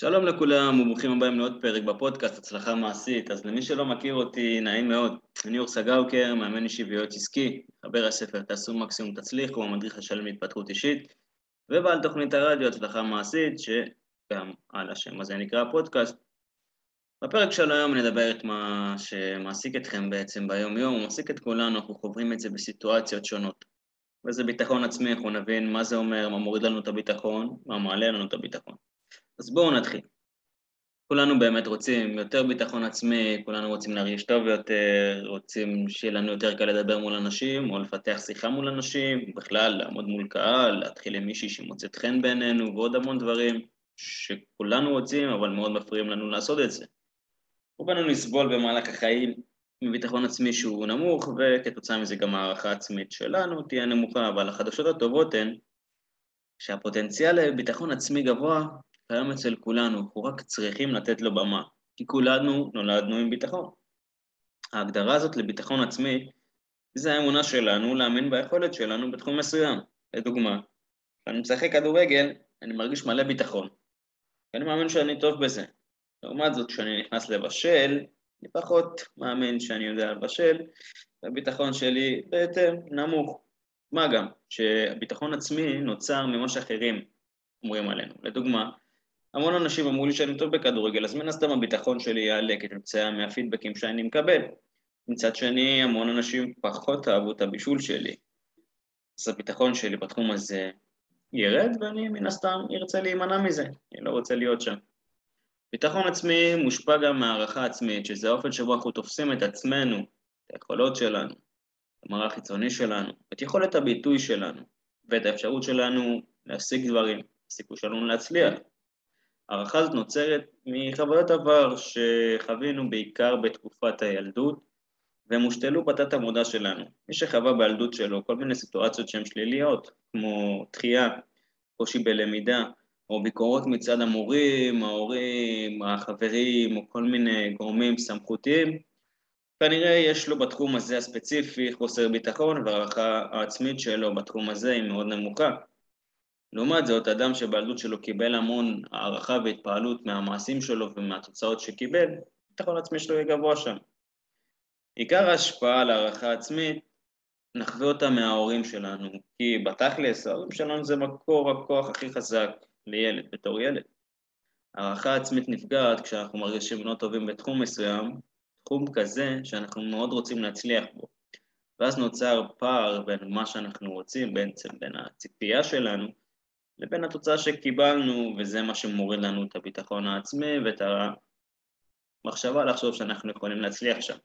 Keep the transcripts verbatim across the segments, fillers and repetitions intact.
שלום לכולם וברוכים הבאים לעוד פרק בפודקאסט הצלחה מעשית. אז למי שלא מכיר אותי, נעים מאוד. אני אור סגאוקר, מאמן אישי ויועץ עסקי, מחבר הספר תעשו מקסימום תצליחו, המדריך השלם להתפתחות אישית, ובעל תוכנית הרדיו הצלחה מעשית, שגם על השם הזה נקרא הפודקאסט. בפרק של היום נדבר את מה שמעסיק אתכם בעצם ביום יום, הוא מעסיק את כולנו, אנחנו חוברים את זה בסיטואציות שונות. וזה ביטחון עצמי, אנחנו נבין מה זה אומר, מה מוריד לנו את הביטחון, מה מעלה לנו את הביטחון. אז בואו נתחיל. כולנו באמת רוצים יותר ביטחון עצמי, כולנו רוצים להרגיש טוב יותר, רוצים שיהיה לנו יותר קל לדבר מול אנשים, או לפתח שיחה מול אנשים, בכלל לעמוד מול קהל, להתחיל עם מישהי שמוצאת חן בעינינו, ועוד המון דברים שכולנו רוצים, אבל מאוד מפריעים לנו לעשות את זה. רובנו נסבול במהלך החיים מביטחון עצמי שהוא נמוך, וכתוצאה מזה גם הערכה עצמית שלנו תהיה נמוכה, אבל החדשות הטובות הן שהפוטנציאל לביטחון עצמי גבוה קיים אצל כולנו, אנחנו רק צריכים לתת לו במה, כי כולנו נולדנו עם ביטחון. ההגדרה הזאת לביטחון עצמי, זה האמונה שלנו להאמין ביכולת שלנו בתחום מסוים. לדוגמה, כשאני משחק כדורגל, אני מרגיש מלא ביטחון, ואני מאמין שאני טוב בזה. לעומת זאת, כשאני נכנס לבשל, אני פחות מאמין שאני יודע לבשל, והביטחון שלי בהתאם נמוך. מה גם שהביטחון עצמי נוצר ממה שאחרים אומרים עלינו. לדוגמה, המון אנשים אמרו לי שאני טוב בכדורגל, אז מן הסתם הביטחון שלי יעלה כתוצאה מהפידבקים שאני מקבל. מצד שני, המון אנשים פחות אהבו את הבישול שלי. אז הביטחון שלי בתחום הזה ירד, ואני מן הסתם ארצה להימנע מזה, אני לא רוצה להיות שם. ביטחון עצמי מושפע גם מהערכה עצמית, שזה האופן שבו אנחנו תופסים את עצמנו, את היכולות שלנו, את המראה החיצוני שלנו, את יכולת הביטוי שלנו, ואת האפשרות שלנו להשיג דברים, הסיכוי שלנו להצליח. הערכה הזאת נוצרת מחוויות עבר שחווינו בעיקר בתקופת הילדות, והם הושתלו בתת המודע שלנו. מי שחווה בילדות שלו כל מיני סיטואציות שהן שליליות, כמו דחייה, קושי בלמידה, או ביקורות מצד המורים, ההורים, החברים, או כל מיני גורמים סמכותיים, כנראה יש לו בתחום הזה הספציפי חוסר ביטחון, והערכה העצמית שלו בתחום הזה היא מאוד נמוכה. לעומת זאת, אדם שבילדות שלו קיבל המון הערכה והתפעלות מהמעשים שלו ומהתוצאות שקיבל, ביטחון עצמי שלו יהיה גבוה שם. עיקר ההשפעה על הערכה עצמית, נחווה אותה מההורים שלנו, כי בתכלס, ההורים שלנו זה מקור הכוח הכי חזק לילד, בתור ילד. הערכה עצמית נפגעת כשאנחנו מרגישים לא טובים בתחום מסוים, תחום כזה שאנחנו מאוד רוצים להצליח בו. ואז נוצר פער בין מה שאנחנו רוצים, בעצם בין הציפייה שלנו, לבין התוצאה שקיבלנו, וזה מה שמוריד לנו את הביטחון העצמי ואת המחשבה לחשוב שאנחנו יכולים להצליח שם.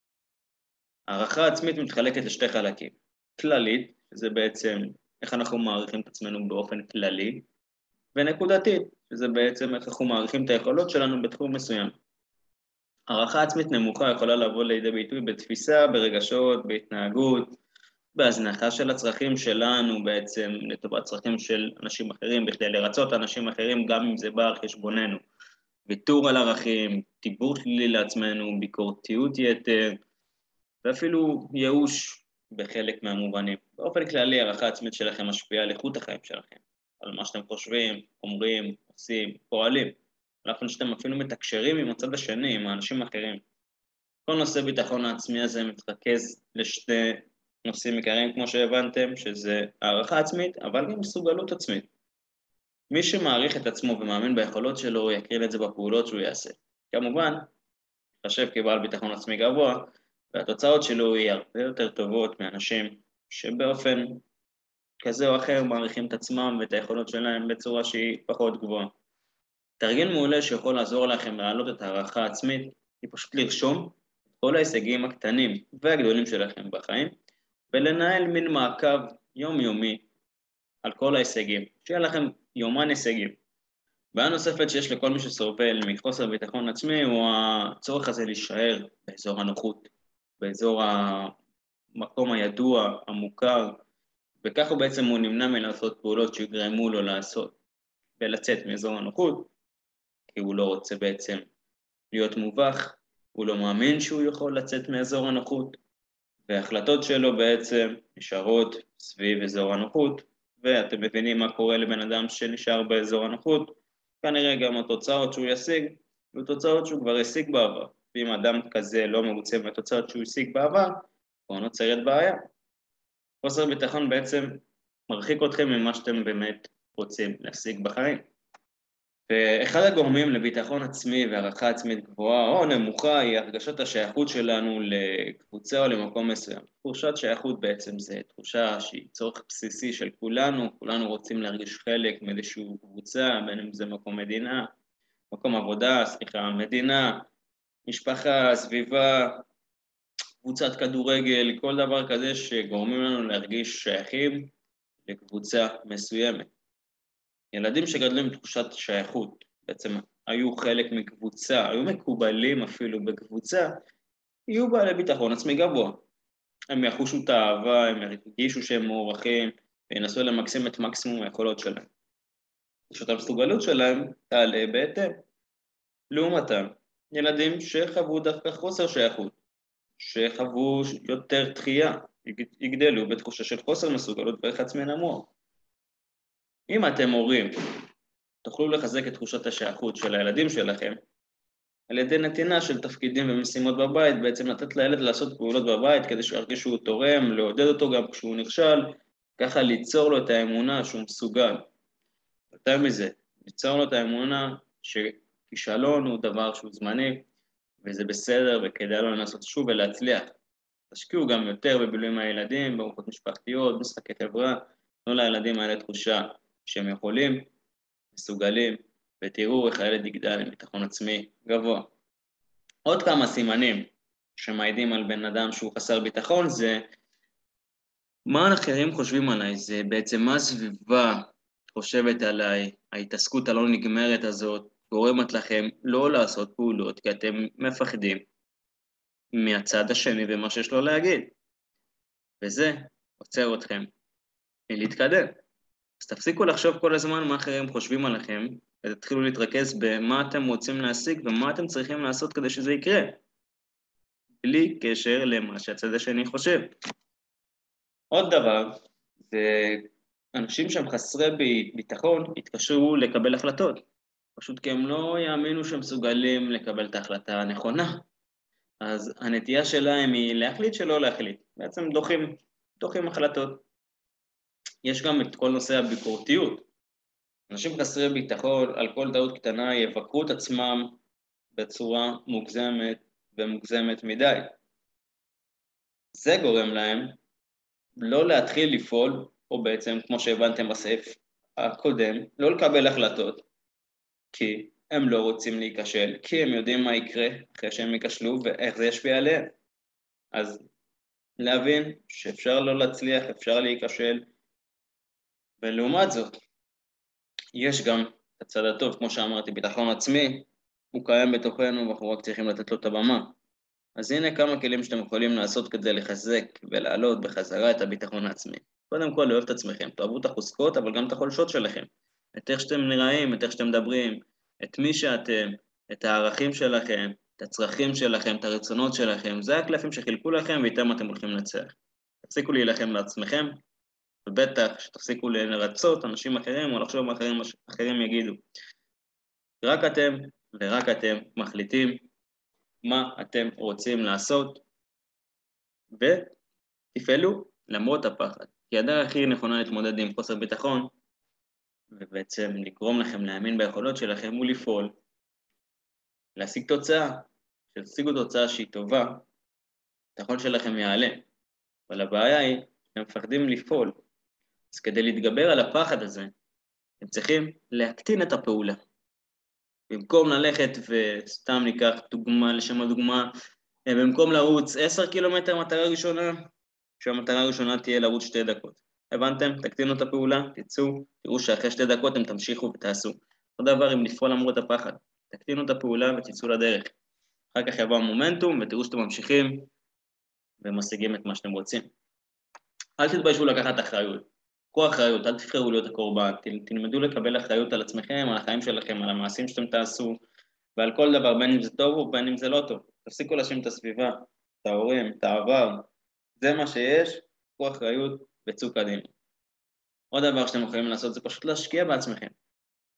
הערכה עצמית מתחלקת לשתי חלקים. כללית, שזה בעצם איך אנחנו מעריכים את עצמנו באופן כללי, ונקודתית, שזה בעצם איך אנחנו מעריכים את היכולות שלנו בתחום מסוים. הערכה עצמית נמוכה יכולה לבוא לידי ביטוי בתפיסה, ברגשות, בהתנהגות, בהזנחה של הצרכים שלנו בעצם לטובת צרכים של אנשים אחרים, בכדי לרצות אנשים אחרים גם אם זה בא על חשבוננו. ויתור על ערכים, דיבור שלילי לעצמנו, ביקורתיות יתר, ואפילו ייאוש בחלק מהמובנים. באופן כללי, הערכה עצמית שלכם משפיעה על איכות החיים שלכם, על מה שאתם חושבים, אומרים, עושים, פועלים. לאופן שאתם אפילו מתקשרים עם הצד השני, עם האנשים האחרים. כל נושא ביטחון העצמי הזה מתרכז לשתי נושאים עיקריים, כמו שהבנתם, שזה הערכה עצמית, אבל גם מסוגלות עצמית. מי שמעריך את עצמו ומאמין ביכולות שלו, יקרין את זה בפעולות שהוא יעשה. כמובן, חשב כבעל ביטחון עצמי גבוה, והתוצאות שלו יהיו הרבה יותר טובות מאנשים שבאופן כזה או אחר מעריכים את עצמם ואת היכולות שלהם בצורה שהיא פחות גבוהה. תרגיל מעולה שיכול לעזור לכם להעלות את הערכה העצמית, היא פשוט לרשום את כל ההישגים הקטנים והגדולים שלכם בחיים, ולנהל מין מעקב יומיומי על כל ההישגים, שיהיה לכם יומן הישגים. בעיה נוספת שיש לכל מי שסובל מחוסר ביטחון עצמי, הוא הצורך הזה להישאר באזור הנוחות, באזור המקום הידוע, המוכר, וכך הוא בעצם הוא נמנע מלעשות פעולות שיגרמו לו לעשות, ולצאת מאזור הנוחות, כי הוא לא רוצה בעצם להיות מובך, הוא לא מאמין שהוא יכול לצאת מאזור הנוחות, וההחלטות שלו בעצם נשארות סביב אזור הנוחות, ואתם מבינים מה קורה לבן אדם שנשאר באזור הנוחות, כנראה גם התוצאות שהוא ישיג, ותוצאות שהוא כבר השיג בעבר. ואם אדם כזה לא מרוצה מהתוצאות שהוא השיג בעבר, פה נוצרת בעיה. חוסר ביטחון בעצם מרחיק אתכם ממה שאתם באמת רוצים להשיג בחיים. ואחד הגורמים לביטחון עצמי והערכה עצמית גבוהה או נמוכה היא הרגשת השייכות שלנו לקבוצה או למקום מסוים. תחושת שייכות בעצם זה תחושה שהיא צורך בסיסי של כולנו, כולנו רוצים להרגיש חלק מאיזושהי קבוצה, בין אם זה מקום מדינה, מקום עבודה, סליחה, מדינה, משפחה, סביבה, קבוצת כדורגל, כל דבר כזה שגורמים לנו להרגיש שייכים לקבוצה מסוימת. ילדים שגדלו עם תחושת שייכות, בעצם היו חלק מקבוצה, היו מקובלים אפילו בקבוצה, יהיו בעלי ביטחון עצמי גבוה. הם יחושו את האהבה, הם ירגישו שהם מוערכים, וינסו למקסם את מקסימום היכולות שלהם. תחושת המסוגלות שלהם תעלה בהתאם. לעומתם, ילדים שחוו דווקא חוסר שייכות, שחוו יותר דחייה, יגדלו בתחושה של חוסר מסוגלות וערך עצמי נמוך. אם אתם הורים, תוכלו לחזק את תחושת השייכות של הילדים שלכם, על ידי נתינה של תפקידים ומשימות בבית, בעצם לתת לילד לעשות פעולות בבית, כדי שהוא ירגיש שהוא תורם, לעודד אותו גם כשהוא נכשל, ככה ליצור לו את האמונה שהוא מסוגל. יותר מזה, ליצור לו את האמונה שכישלון הוא דבר שהוא זמני, וזה בסדר וכדאי לו לנסות שוב ולהצליח. תשקיעו גם יותר בבילויים הילדים, בארוחות משפחתיות, משחקי חברה, תנו לילדים האלה תחושה שהם יכולים, מסוגלים, ותראו איך הילד יגדל עם ביטחון עצמי גבוה. עוד כמה סימנים שמעידים על בן אדם שהוא חסר ביטחון זה מה האחרים חושבים עליי, זה בעצם מה הסביבה חושבת עליי, ההתעסקות הלא נגמרת הזאת גורמת לכם לא לעשות פעולות כי אתם מפחדים מהצד השני ומה שיש לו להגיד. וזה עוצר אתכם להתקדם. אז תפסיקו לחשוב כל הזמן מה אחרים חושבים עליכם, ותתחילו להתרכז במה אתם רוצים להשיג ומה אתם צריכים לעשות כדי שזה יקרה, בלי קשר למה שהצד השני חושב. עוד דבר, זה אנשים שהם חסרי ביטחון יתקשרו לקבל החלטות, פשוט כי הם לא יאמינו שהם מסוגלים לקבל את ההחלטה הנכונה. אז הנטייה שלהם היא להחליט שלא להחליט, בעצם דוחים, דוחים החלטות. יש גם את כל נושא הביקורתיות. אנשים חסרי ביטחון על כל טעות קטנה יבקרו את עצמם בצורה מוגזמת ומוגזמת מדי. זה גורם להם לא להתחיל לפעול, או בעצם כמו שהבנתם בסעיף הקודם, לא לקבל החלטות, כי הם לא רוצים להיכשל, כי הם יודעים מה יקרה אחרי שהם ייכשלו ואיך זה ישפיע עליהם. אז להבין שאפשר לא להצליח, אפשר להיכשל, ולעומת זאת, יש גם את הצד הטוב, כמו שאמרתי, ביטחון עצמי, הוא קיים בתוכנו ואנחנו רק צריכים לתת לו את הבמה. אז הנה כמה כלים שאתם יכולים לעשות כדי לחזק ולהעלות בחזרה את הביטחון העצמי. קודם כל, לאהוב את עצמכם, תאהבו את החוזקות, אבל גם את החולשות שלכם. את איך שאתם נראים, את איך שאתם מדברים, את מי שאתם, את הערכים שלכם, את הצרכים שלכם, את הרצונות שלכם. זה הקלפים שחילקו לכם ואיתם אתם הולכים לנצח. תפסיקו להילחם לעצמכם, ובטח שתפסיקו לרצות אנשים אחרים או לחשוב מה אחרים, אחרים יגידו. רק אתם ורק אתם מחליטים מה אתם רוצים לעשות, ותפעלו למרות הפחד. כי הדרך הכי נכונה להתמודד עם חוסר ביטחון, ובעצם לגרום לכם להאמין ביכולות שלכם, הוא לפעול, להשיג תוצאה, שתשיגו תוצאה שהיא טובה, הביטחון שלכם יעלה. אבל הבעיה היא, אתם מפחדים לפעול. אז כדי להתגבר על הפחד הזה, אתם צריכים להקטין את הפעולה. במקום ללכת, וסתם ניקח דוגמה, לשם הדוגמה, במקום לרוץ עשר קילומטר מטרה ראשונה, שהמטרה הראשונה תהיה לרוץ שתי דקות. הבנתם? תקטינו את הפעולה, תצאו, תראו שאחרי שתי דקות אתם תמשיכו ותעשו. אותו דבר אם לפעול למרות הפחד. תקטינו את הפעולה ותצאו לדרך. אחר כך יבוא המומנטום ותראו שאתם ממשיכים ומשיגים את מה שאתם רוצים. אל תתביישו לקחת אחריות. קחו אחריות, אל תבחרו להיות הקורבן, תלמדו לקבל אחריות על עצמכם, על החיים שלכם, על המעשים שאתם תעשו, ועל כל דבר, בין אם זה טוב או בין אם זה לא טוב. תפסיקו להאשים את הסביבה, את ההורים, את העבר. זה מה שיש, קחו אחריות וצאו קדימה. עוד דבר שאתם יכולים לעשות זה פשוט להשקיע בעצמכם.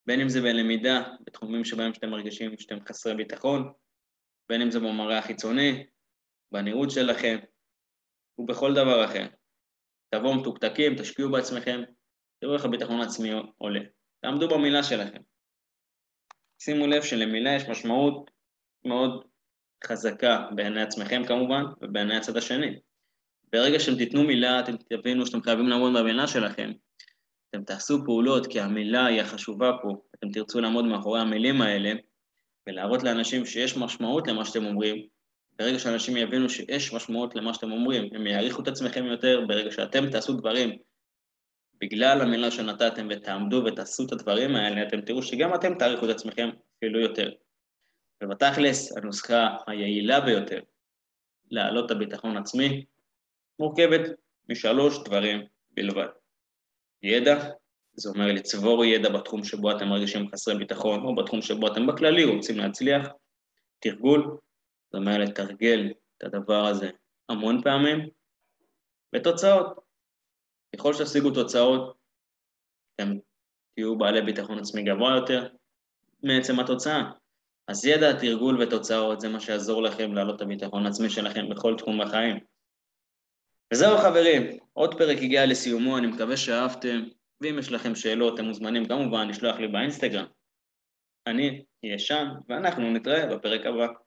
בין אם זה בלמידה, בתחומים שבהם שאתם מרגישים שאתם חסרי ביטחון, בין אם זה במראה החיצוני, בנראות שלכם, ובכל דבר אחר. תבואו מתוקתקים, תשקיעו בעצמכם, תראו איך הביטחון העצמי עולה. תעמדו במילה שלכם. שימו לב שלמילה יש משמעות מאוד חזקה בעיני עצמכם כמובן, ובעיני הצד השני. ברגע שאתם תיתנו מילה, אתם תבינו שאתם חייבים לעמוד במילה שלכם. אתם תעשו פעולות, כי המילה היא החשובה פה. אתם תרצו לעמוד מאחורי המילים האלה, ולהראות לאנשים שיש משמעות למה שאתם אומרים. ברגע שאנשים יבינו שיש משמעות למה שאתם אומרים, הם יעריכו את עצמכם יותר. ברגע שאתם תעשו דברים בגלל המילה שנתתם ותעמדו ותעשו את הדברים האלה, אתם תראו שגם אתם תעריכו את עצמכם אפילו יותר. ובתכלס, הנוסחה היעילה ביותר להעלות את הביטחון עצמי מורכבת משלוש דברים בלבד. ידע, זה אומר לצבור ידע בתחום שבו אתם מרגישים חסרי ביטחון, או בתחום שבו אתם בכללי רוצים להצליח. תרגול, זה אומר לתרגל את הדבר הזה המון פעמים. ותוצאות, ככל שתשיגו תוצאות, אתם תהיו בעלי ביטחון עצמי גבוה יותר מעצם התוצאה. אז ידע, תרגול ותוצאות זה מה שיעזור לכם להעלות את הביטחון העצמי שלכם בכל תחום בחיים. וזהו חברים, עוד פרק הגיע לסיומו, אני מקווה שאהבתם, ואם יש לכם שאלות אתם מוזמנים כמובן לשלוח לי באינסטגרם. אני אהיה שם ואנחנו נתראה בפרק הבא.